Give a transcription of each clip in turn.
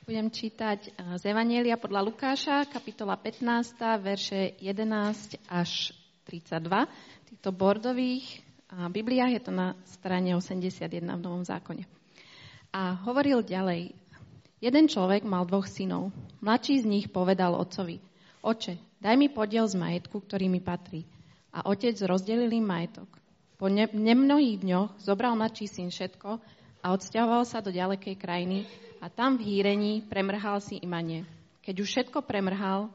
Budem čítať z Evanjelia podľa Lukáša, kapitola 15, verše 11 až 32. V týchto bordových Bibliách je to na strane 81 v Novom zákone. A hovoril ďalej, jeden človek mal 2 synov. Mladší z nich povedal otcovi, oče, daj mi podiel z majetku, ktorý mi patrí. A otec rozdelil im majetok. Po nemnohých dňoch zobral mladší syn všetko a odsťahoval sa do ďalekej krajiny a tam v hýrení premrhal si imanie. Keď už všetko premrhal,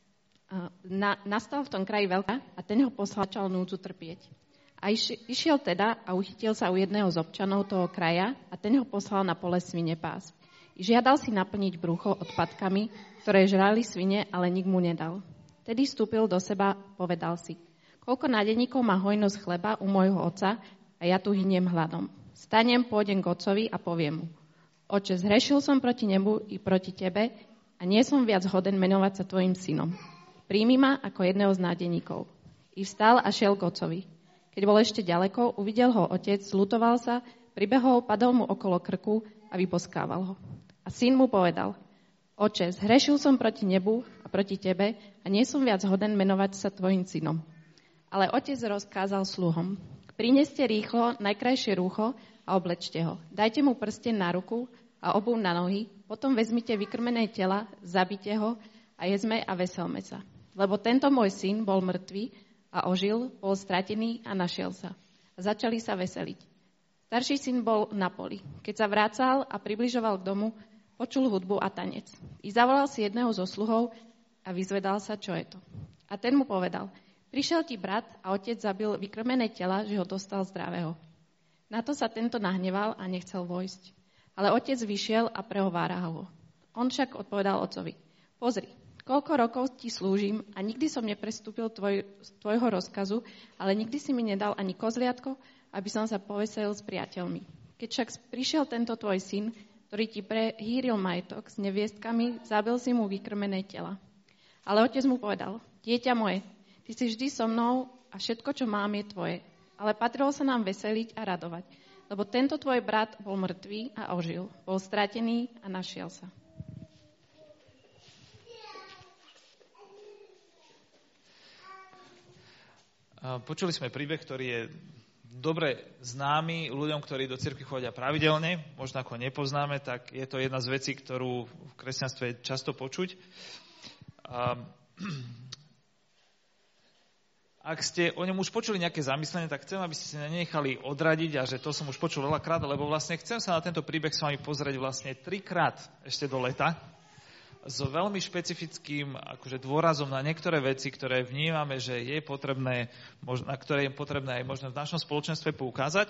nastal v tom kraji veľká a ten ho poslal núdzu trpieť. A išiel teda a uchytil sa u jedného z občanov toho kraja a ten ho poslal na pole svine pásť. I žiadal si naplniť brucho odpadkami, ktoré žrali svine, ale nik mu nedal. Tedy vstúpil do seba, povedal si, koľko nádeníkov má hojnosť chleba u môjho otca a ja tu hyniem hladom. Stanem, pôjdem k otcovi a poviem mu, oče, zhrešil som proti nebu i proti tebe a nie som viac hoden menovať sa tvojim synom. Príjmi ma ako jedného z nádeníkov. I vstal a šiel k otcovi. Keď bol ešte ďaleko, uvidel ho otec, zľutoval sa, pribehol, padol mu okolo krku a vyboskával ho. A syn mu povedal, oče, zhrešil som proti nebu a proti tebe a nie som viac hoden menovať sa tvojim synom. Ale otec rozkázal sluhom, prineste rýchlo najkrajšie rúcho a oblečte ho. Dajte mu prsteň na ruku a obuv na nohy, potom vezmite vykrmené tela, zabite ho a jedzme a veselme sa. Lebo tento môj syn bol mŕtvý a ožil, bol stratený a našiel sa. A začali sa veseliť. Starší syn bol na poli. Keď sa vracal a približoval k domu, počul hudbu a tanec. I zavolal si jedného zo sluhov a vyzvedal sa, čo je to. A ten mu povedal, prišiel ti brat a otec zabil vykrmené tela, že ho dostal zdravého. Na to sa tento nahneval a nechcel vojsť. Ale otec vyšiel a prehováral ho. On však odpovedal otcovi, pozri, koľko rokov ti slúžim a nikdy som neprestúpil tvojho rozkazu, ale nikdy si mi nedal ani kozliatko, aby som sa poveselil s priateľmi. Keď však prišiel tento tvoj syn, ktorý ti prehýril majetok s neviestkami, zabil si mu vykrmené tela. Ale otec mu povedal, dieťa moje, ty si vždy so mnou a všetko, čo mám, je tvoje. Ale patrilo sa nám veseliť a radovať, lebo tento tvoj brat bol mŕtvý a ožil, bol stratený a našiel sa. Počuli sme príbeh, ktorý je dobre známy ľuďom, ktorí do cirkvi chodia pravidelne, možno ako nepoznáme, tak je to jedna z vecí, ktorú v kresťanstve je často počuť. Ak ste o ňom už počuli nejaké zamyslenie, tak chcem, aby ste sa nenechali odradiť a že to som už počul veľakrát, lebo vlastne chcem sa na tento príbeh s vami pozrieť vlastne 3-krát ešte do leta s veľmi špecifickým akože dôrazom na niektoré veci, ktoré vnímame, že je potrebné, na ktoré je potrebné aj možno v našom spoločenstve poukázať.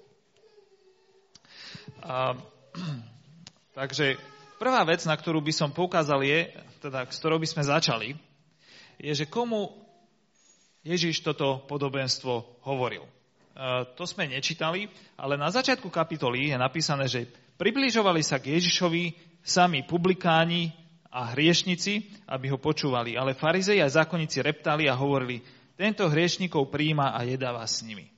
Takže prvá vec, na ktorú by som poukázal je, teda s ktorou by sme začali, je, že komu Ježiš toto podobenstvo hovoril. To sme nečítali, ale na začiatku kapitoly je napísané, že približovali sa k Ježišovi sami publikáni a hriešnici, aby ho počúvali. Ale farizei a zákonníci reptali a hovorili, tento hriešnikov prijíma a jedáva s nimi.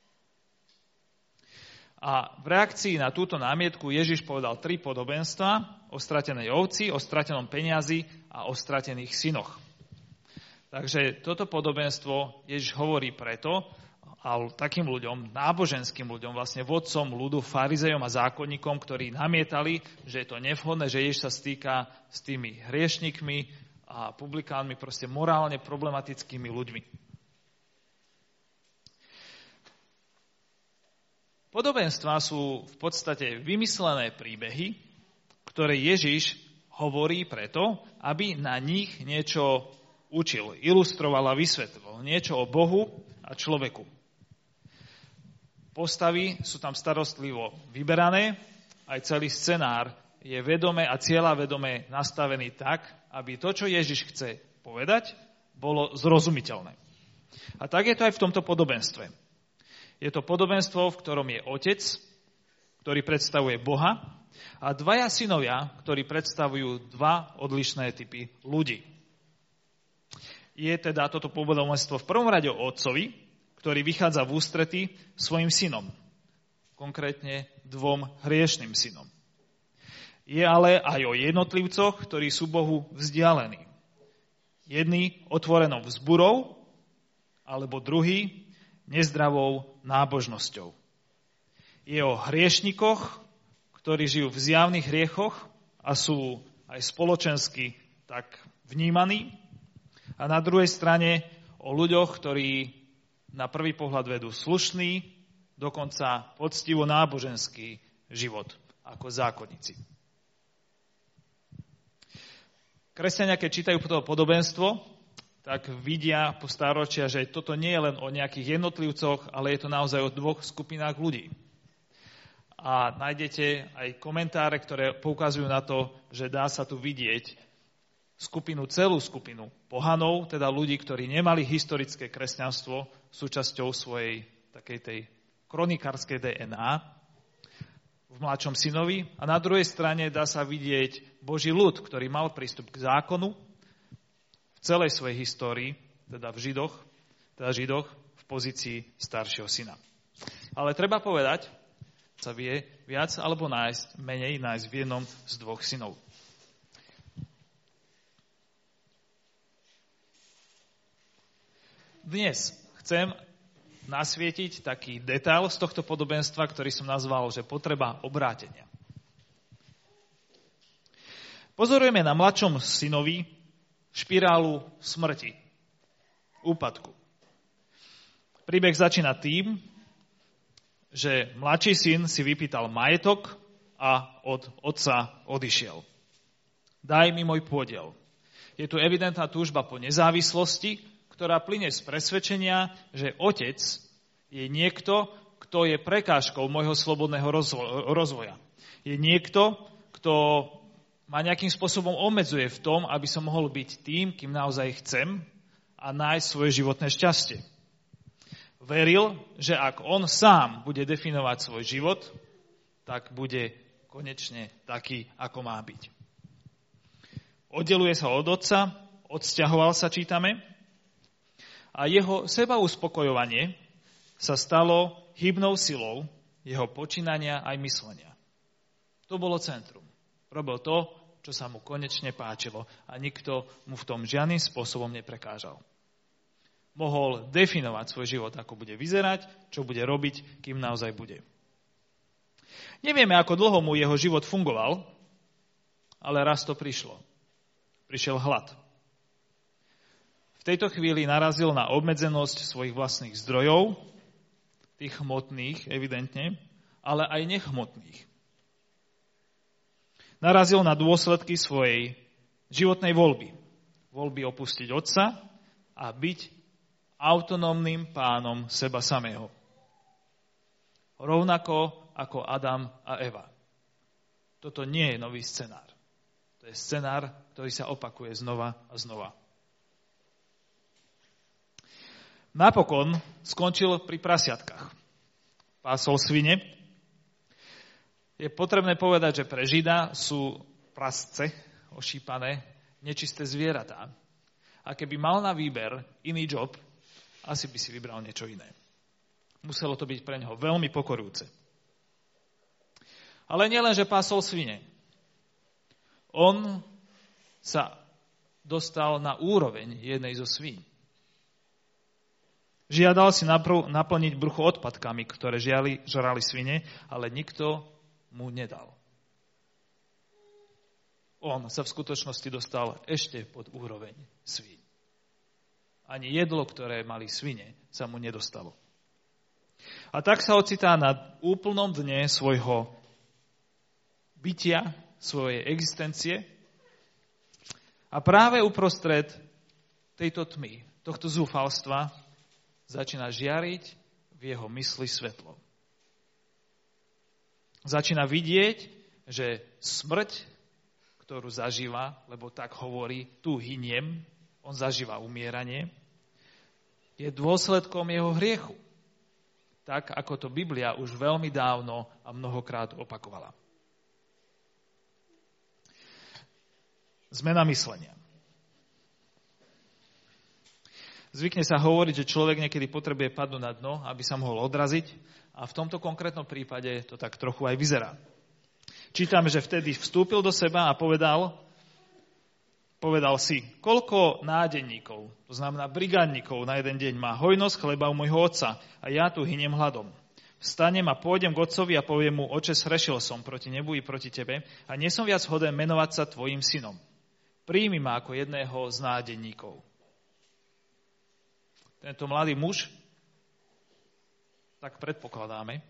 A v reakcii na túto námietku Ježiš povedal 3 podobenstvá o stratenej ovci, o stratenom peniazi a o stratených synoch. Takže toto podobenstvo Ježiš hovorí preto, ale takým ľuďom, náboženským ľuďom, vlastne vodcom ľudu, farizejom a zákonníkom, ktorí namietali, že je to nevhodné, že Ježiš sa stýka s tými hriešnikmi a publikánmi, proste morálne problematickými ľuďmi. Podobenstvá sú v podstate vymyslené príbehy, ktoré Ježiš hovorí preto, aby na nich niečo učil, ilustroval a vysvetľoval niečo o Bohu a človeku. Postavy sú tam starostlivo vyberané, aj celý scenár je vedome a cieľavedome nastavený tak, aby to, čo Ježiš chce povedať, bolo zrozumiteľné. A tak je to aj v tomto podobenstve. Je to podobenstvo, v ktorom je otec, ktorý predstavuje Boha, a 2 synovia, ktorí predstavujú 2 odlišné typy ľudí. Je teda toto podobenstvo v prvom rade o otcovi, ktorý vychádza v ústrety svojim synom, konkrétne 2 hriešným synom. Je ale aj o jednotlivcoch, ktorí sú Bohu vzdialení. Jedni otvorenou vzburou, alebo druhý nezdravou nábožnosťou. Je o hriešnikoch, ktorí žijú v zjavných hriechoch a sú aj spoločensky tak vnímaní. A na druhej strane o ľuďoch, ktorí na prvý pohľad vedú slušný, dokonca poctivo náboženský život ako zákonníci. Kresťania, keď čítajú toto podobenstvo, tak vidia po stáročia, že toto nie je len o nejakých jednotlivcoch, ale je to naozaj o dvoch skupinách ľudí. A nájdete aj komentáre, ktoré poukazujú na to, že dá sa tu vidieť celú skupinu pohanov, teda ľudí, ktorí nemali historické kresťanstvo súčasťou svojej takej tej kronikárskej DNA v mladšom synovi. A na druhej strane dá sa vidieť Boží ľud, ktorý mal prístup k zákonu v celej svojej histórii, teda Židoch v pozícii staršieho syna. Ale treba povedať, sa vie viac alebo nájsť v jednom z dvoch synov. Dnes chcem nasvietiť taký detail z tohto podobenstva, ktorý som nazval, že potreba obrátenia. Pozorujeme na mladšom synovi špirálu smrti, úpadku. Príbeh začína tým, že mladší syn si vypýtal majetok a od otca odišiel. Daj mi môj podiel. Je tu evidentná túžba po nezávislosti, ktorá plyne z presvedčenia, že otec je niekto, kto je prekážkou môjho slobodného rozvoja. Je niekto, kto ma nejakým spôsobom obmedzuje v tom, aby som mohol byť tým, kým naozaj chcem a nájsť svoje životné šťastie. Veril, že ak on sám bude definovať svoj život, tak bude konečne taký, ako má byť. Oddeluje sa od otca, odsťahoval sa, čítame, a jeho sebauspokojovanie sa stalo hybnou silou jeho počínania aj myslenia. To bolo centrum. Robil to, čo sa mu konečne páčilo a nikto mu v tom žiadnym spôsobom neprekážal. Mohol definovať svoj život, ako bude vyzerať, čo bude robiť, kým naozaj bude. Nevieme, ako dlho mu jeho život fungoval, ale raz to prišlo. Prišiel hlad. V tejto chvíli narazil na obmedzenosť svojich vlastných zdrojov, tých hmotných, evidentne, ale aj nehmotných. Narazil na dôsledky svojej životnej voľby. Voľby opustiť otca a byť autonómnym pánom seba samého. Rovnako ako Adam a Eva. Toto nie je nový scenár. To je scenár, ktorý sa opakuje znova a znova. Napokon skončil pri prasiatkách. Pásol svine. Je potrebné povedať, že pre Žida sú prasce, ošípané, nečisté zvieratá. A keby mal na výber iný job, asi by si vybral niečo iné. Muselo to byť pre neho veľmi pokorujúce. Ale nielen, že pásol svine. On sa dostal na úroveň jednej zo svíň. Žiadal si naplniť brucho odpadkami, ktoré žrali svine, ale nikto mu nedal. On sa v skutočnosti dostal ešte pod úroveň svíň. Ani jedlo, ktoré mali svine, sa mu nedostalo. A tak sa ocitá na úplnom dne svojho bytia, svojej existencie a práve uprostred tejto tmy, tohto zúfalstva, začína žiariť v jeho mysli svetlo. Začína vidieť, že smrť, ktorú zažíva, lebo tak hovorí, tu hyniem, on zažíva umieranie, je dôsledkom jeho hriechu. Tak, ako to Biblia už veľmi dávno a mnohokrát opakovala. Zmena myslenia. Zvykne sa hovoriť, že človek niekedy potrebuje padnúť na dno, aby sa mohol odraziť a v tomto konkrétnom prípade to tak trochu aj vyzerá. Čítame, že vtedy vstúpil do seba a povedal si, koľko nádenníkov, to znamená brigádnikov na jeden deň má hojnosť chleba u môjho otca a ja tu hyniem hladom. Vstanem a pôjdem k otcovi a poviem mu, oče, zhrešil som proti nebu i proti tebe a nie som viac hoden menovať sa tvojim synom. Príjmi ma ako jedného z nádenníkov. Tento mladý muž, tak predpokladáme,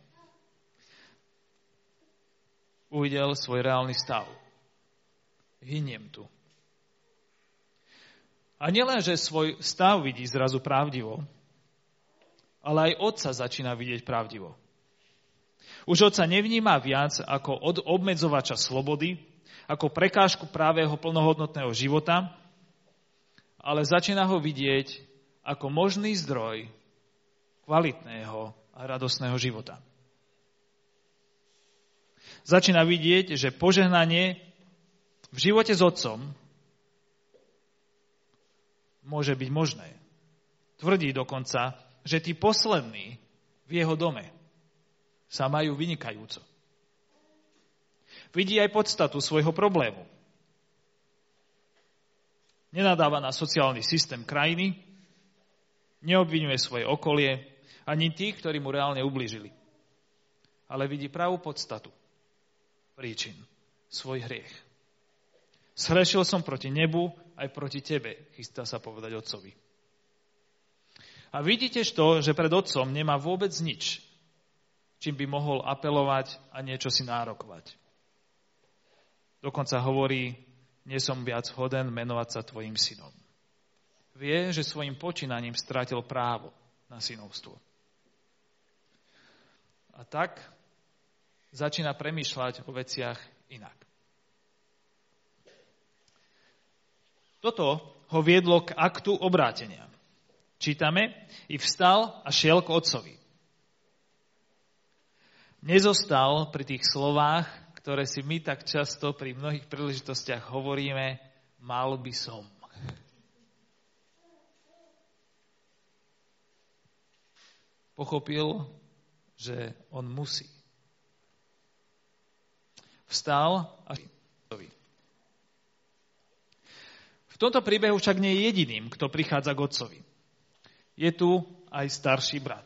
uvidel svoj reálny stav. Hyniem tu. A nielen, že svoj stav vidí zrazu pravdivo, ale aj otca začína vidieť pravdivo. Už otca nevníma viac ako od obmedzovača slobody, ako prekážku právého plnohodnotného života, ale začína ho vidieť ako možný zdroj kvalitného a radostného života. Začína vidieť, že požehnanie v živote s otcom môže byť možné. Tvrdí dokonca, že tí poslední v jeho dome sa majú vynikajúco. Vidí aj podstatu svojho problému. Nenadáva na sociálny systém krajiny, neobviňuje svoje okolie, ani tých, ktorí mu reálne ublížili. Ale vidí pravú podstatu príčin, svoj hriech. Zhrešil som proti nebu aj proti tebe, chystá sa povedať otcovi. A vidíte to, že pred otcom nemá vôbec nič, čím by mohol apelovať a niečo si nárokovať. Dokonca hovorí, nie som viac hoden menovať sa tvojim synom. Vie, že svojim počínaním strátil právo na synovstvo. A tak začína premýšľať o veciach inak. Toto ho viedlo k aktu obrátenia. Čítame, i vstal a šiel k otcovi. Nezostal pri tých slovách, ktoré si my tak často pri mnohých príležitostiach hovoríme, mal by som. Pochopil, že on musí. Vstal a šiel. V tomto príbehu však nie je jediným, kto prichádza k otcovi. Je tu aj starší brat.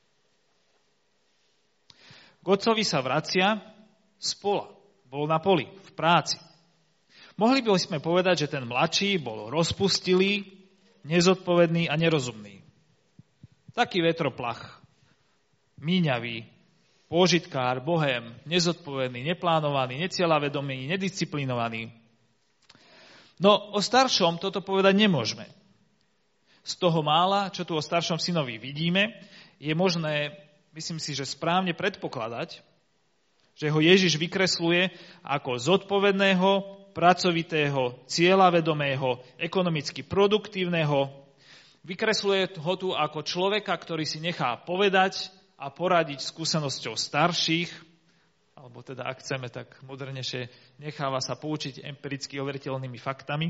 K otcovi sa vracia z pola. Bol na poli, v práci. Mohli by sme povedať, že ten mladší bol rozpustilý, nezodpovedný a nerozumný. Taký vetroplach, míňavý, pôžitkár, bohém, nezodpovedný, neplánovaný, necieľavedomý, nedisciplinovaný. No o staršom toto povedať nemôžeme. Z toho mála, čo tu o staršom synovi vidíme, je možné, myslím si, že správne predpokladať, že ho Ježiš vykresluje ako zodpovedného, pracovitého, cieľavedomého, ekonomicky produktívneho. Vykresluje ho tu ako človeka, ktorý si nechá povedať a poradiť skúsenosťou starších, alebo teda, ak chceme tak modernejšie, necháva sa poučiť empiricky overiteľnými faktami.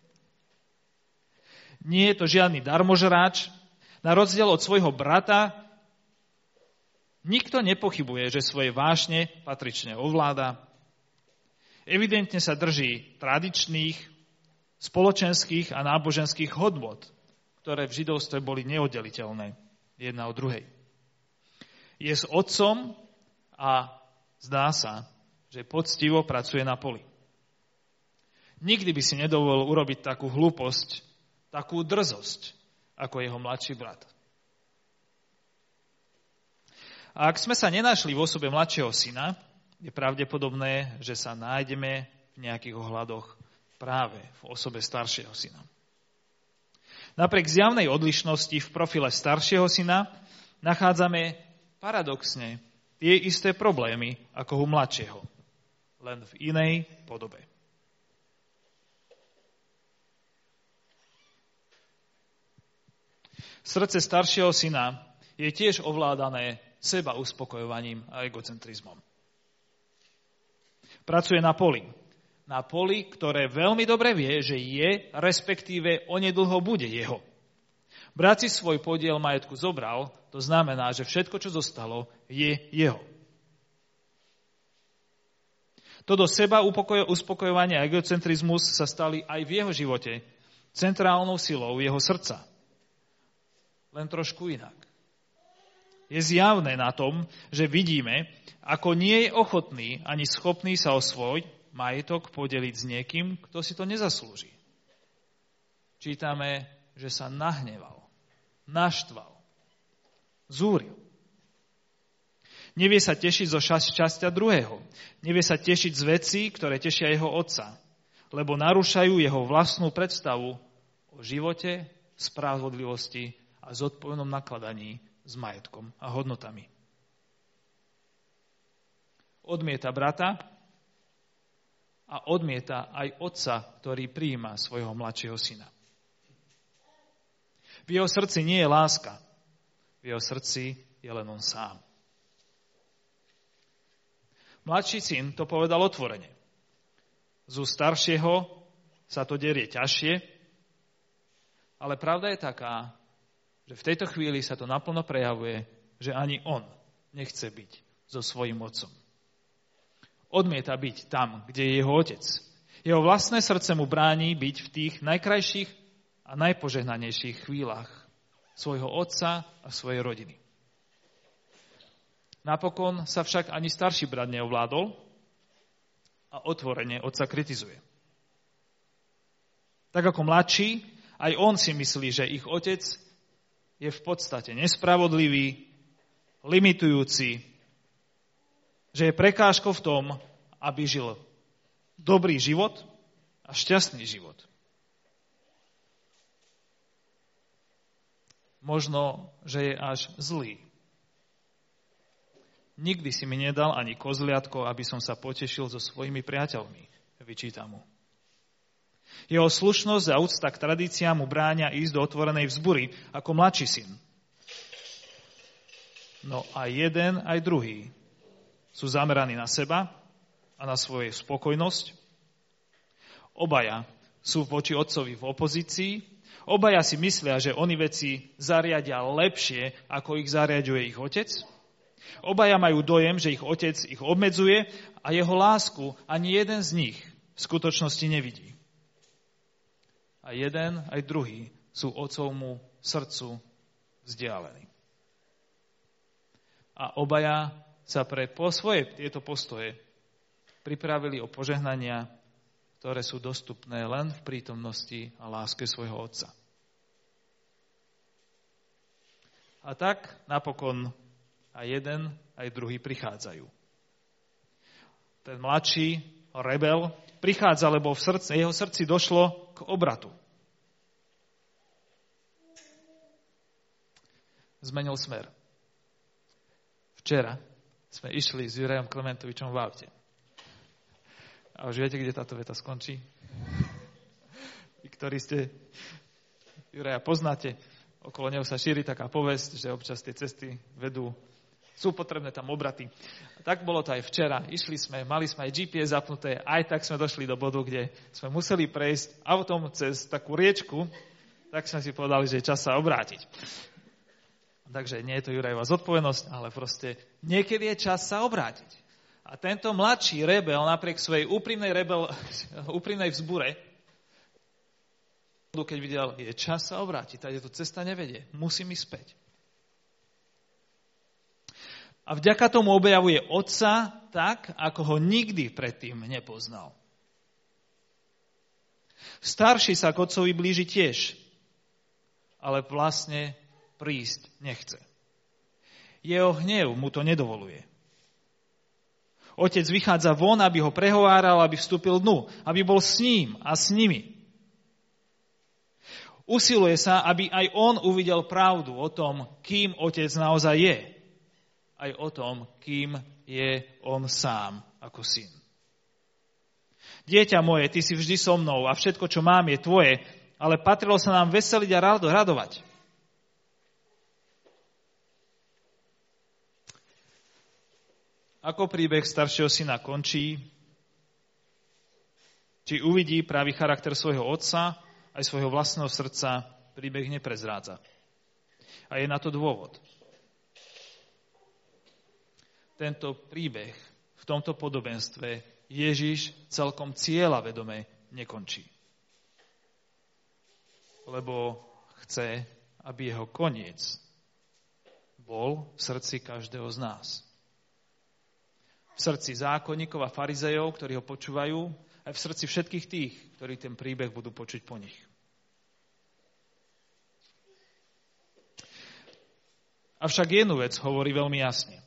Nie je to žiadny darmožráč. Na rozdiel od svojho brata, nikto nepochybuje, že svoje vášne patrične ovláda. Evidentne sa drží tradičných, spoločenských a náboženských hodnôt, ktoré v židovstve boli neoddeliteľné jedna od druhej. Je s otcom a zdá sa, že poctivo pracuje na poli. Nikdy by si nedovolil urobiť takú hlúposť, takú drzosť, ako jeho mladší brat. A ak sme sa nenašli v osobe mladšieho syna, je pravdepodobné, že sa nájdeme v nejakých ohľadoch práve v osobe staršieho syna. Napriek zjavnej odlišnosti v profile staršieho syna nachádzame paradoxne tie isté problémy ako u mladšieho, len v inej podobe. Srdce staršieho syna je tiež ovládané seba uspokojovaním a egocentrizmom. Pracuje na poli. Na poli, ktoré veľmi dobre vie, že je, respektíve onedlho bude jeho. Brat si svoj podiel majetku zobral, to znamená, že všetko, čo zostalo, je jeho. Toto seba uspokojovanie a egocentrizmus sa stali aj v jeho živote centrálnou silou jeho srdca. Len trošku inak. Je zjavné na tom, že vidíme, ako nie je ochotný ani schopný sa o svoj majetok podeliť s niekým, kto si to nezaslúži. Čítame, že sa nahneval, naštval, zúril. Nevie sa tešiť zo šťastia druhého. Nevie sa tešiť z vecí, ktoré tešia jeho otca, lebo narúšajú jeho vlastnú predstavu o živote, spravodlivosti a zodpovednom nakladaní s majetkom a hodnotami. Odmieta brata a odmieta aj otca, ktorý prijíma svojho mladšieho syna. V jeho srdci nie je láska. V jeho srdci je len on sám. Mladší syn to povedal otvorene. Z úst staršieho sa to derie ťažšie, ale pravda je taká, že v tejto chvíli sa to naplno prejavuje, že ani on nechce byť so svojím otcom. Odmieta byť tam, kde je jeho otec. Jeho vlastné srdce mu bráni byť v tých najkrajších a najpožehnanejších chvíľach svojho otca a svojej rodiny. Napokon sa však ani starší brat neovládol a otvorene otca kritizuje. Tak ako mladší, aj on si myslí, že ich otec je v podstate nespravodlivý, limitujúci, že je prekážkou v tom, aby žil dobrý život a šťastný život. Možno, že je až zlý. Nikdy si mi nedal ani kozliatko, aby som sa potešil so svojimi priateľmi, vyčíta mu. Jeho slušnosť a úcta k tradíciám mu bráňa ísť do otvorenej vzbury ako mladší syn. No a jeden aj druhý sú zameraní na seba a na svoju spokojnosť. Obaja sú voči otcovi v opozícii. Obaja si myslia, že oni veci zariadia lepšie, ako ich zariaďuje ich otec. Obaja majú dojem, že ich otec ich obmedzuje a jeho lásku ani jeden z nich v skutočnosti nevidí. A jeden aj druhý sú otcovmu srdcu vzdialení. A obaja sa pre svoje tieto postoje pripravili o požehnania, ktoré sú dostupné len v prítomnosti a láske svojho otca. A tak napokon aj jeden, aj druhý prichádzajú. Ten mladší rebel prichádza, lebo v jeho srdci došlo k obratu. Zmenil smer. Včera sme išli s Jurajom Klementovičom v aute. A už viete, kde táto veta skončí? Vy, ktorí ste Juraja poznáte, okolo neho sa šíri taká povesť, že občas tie cesty vedú, sú potrebné tam obraty. A tak bolo to aj včera. Išli sme, mali sme aj GPS zapnuté, aj tak sme došli do bodu, kde sme museli prejsť autom cez takú riečku, tak sme si povedali, že je čas sa obrátiť. Takže nie je to Jurajova zodpovednosť, ale proste niekedy je čas sa obrátiť. A tento mladší rebel, napriek svojej úprimnej vzbure, keď videl, je čas sa obrátiť, tady to cesta nevedie, musím ísť späť. A vďaka tomu objavuje otca tak, ako ho nikdy predtým nepoznal. Starší sa k otcovi blíži tiež, ale vlastne prísť nechce. Jeho hnev mu to nedovoluje. Otec vychádza von, aby ho prehováral, aby vstúpil dnu, aby bol s ním a s nimi. Usiluje sa, aby aj on uvidel pravdu o tom, kým otec naozaj je. Aj o tom, kým je on sám ako syn. Dieťa moje, ty si vždy so mnou a všetko, čo mám, je tvoje, ale patrilo sa nám veseliť a radovať. Ako príbeh staršieho syna končí, či uvidí pravý charakter svojho otca, aj svojho vlastného srdca, príbeh neprezrádza. A je na to dôvod. Tento príbeh v tomto podobenstve Ježiš celkom cieľavedome nekončí. Lebo chce, aby jeho koniec bol v srdci každého z nás. V srdci zákonníkov a farizejov, ktorí ho počúvajú, aj v srdci všetkých tých, ktorí ten príbeh budú počuť po nich. Avšak jednu vec hovorí veľmi jasne.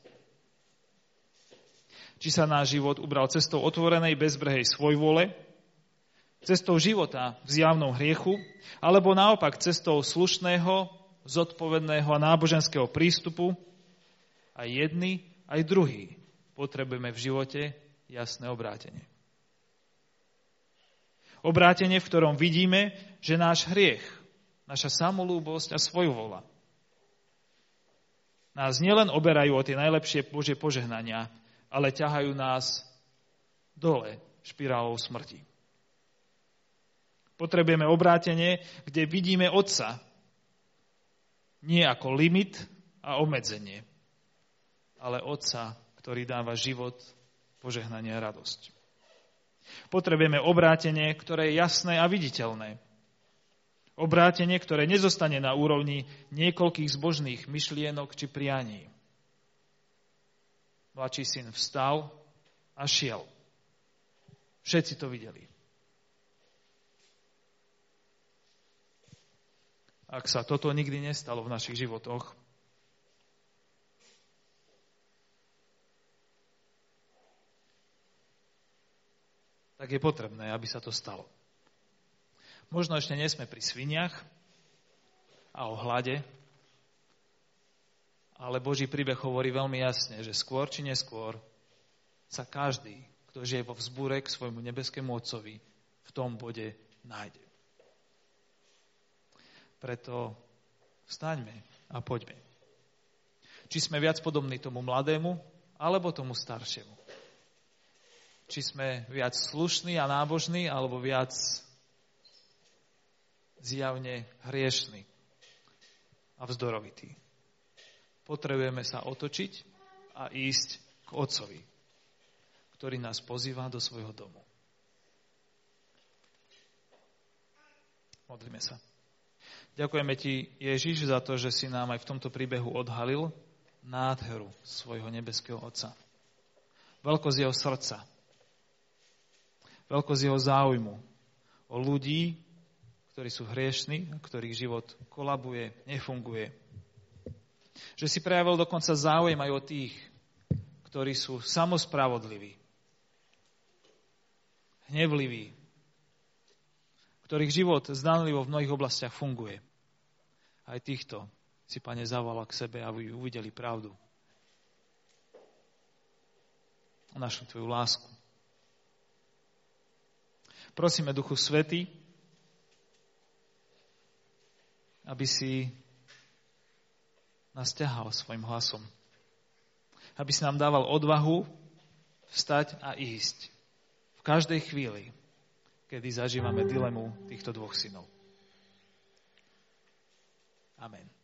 Či sa náš život ubral cestou otvorenej, bezbrehej svojvôle, cestou života v zjavnom hriechu, alebo naopak cestou slušného, zodpovedného a náboženského prístupu, aj jedni, aj druhí potrebujeme v živote jasné obrátenie. Obrátenie, v ktorom vidíme, že náš hriech, naša samolúbosť a svojvoľa nás nielen oberajú o tie najlepšie Božie požehnania, ale ťahajú nás dole špirálou smrti. Potrebujeme obrátenie, kde vidíme Otca nie ako limit a obmedzenie, ale Otca, ktorý dáva život, požehnanie a radosť. Potrebujeme obrátenie, ktoré je jasné a viditeľné. Obrátenie, ktoré nezostane na úrovni niekoľkých zbožných myšlienok či prianí. Mladší syn vstal a šiel. Všetci to videli. Ak sa toto nikdy nestalo v našich životoch, tak je potrebné, aby sa to stalo. Možno ešte nie sme pri sviniach a o hlade, ale Boží príbeh hovorí veľmi jasne, že skôr či neskôr sa každý, kto žije vo vzbúre k svojmu nebeskému Otcovi, v tom bode nájde. Preto vstaňme a poďme. Či sme viac podobní tomu mladému, alebo tomu staršiemu. Či sme viac slušní a nábožní, alebo viac zjavne hriešní a vzdorovití. Potrebujeme sa otočiť a ísť k Otcovi, ktorý nás pozýva do svojho domu. Modlíme sa. Ďakujeme ti, Ježiš, za to, že si nám aj v tomto príbehu odhalil nádheru svojho nebeského Otca. Veľkosť jeho srdca. Veľkosť jeho záujmu o ľudí, ktorí sú hriešni, ktorých život kolabuje, nefunguje. Že si prejavil dokonca záujem aj o tých, ktorí sú samospravodliví, hnevliví, ktorých život zdanlivo v mnohých oblastiach funguje. Aj týchto si, Pane, zavolal k sebe, aby uvideli pravdu o našu tvoju lásku. Prosíme, Duchu Svätý, aby si nás ťahal svojim hlasom. Aby si nám dával odvahu vstať a ísť v každej chvíli, kedy zažívame dilemu týchto dvoch synov. Amen.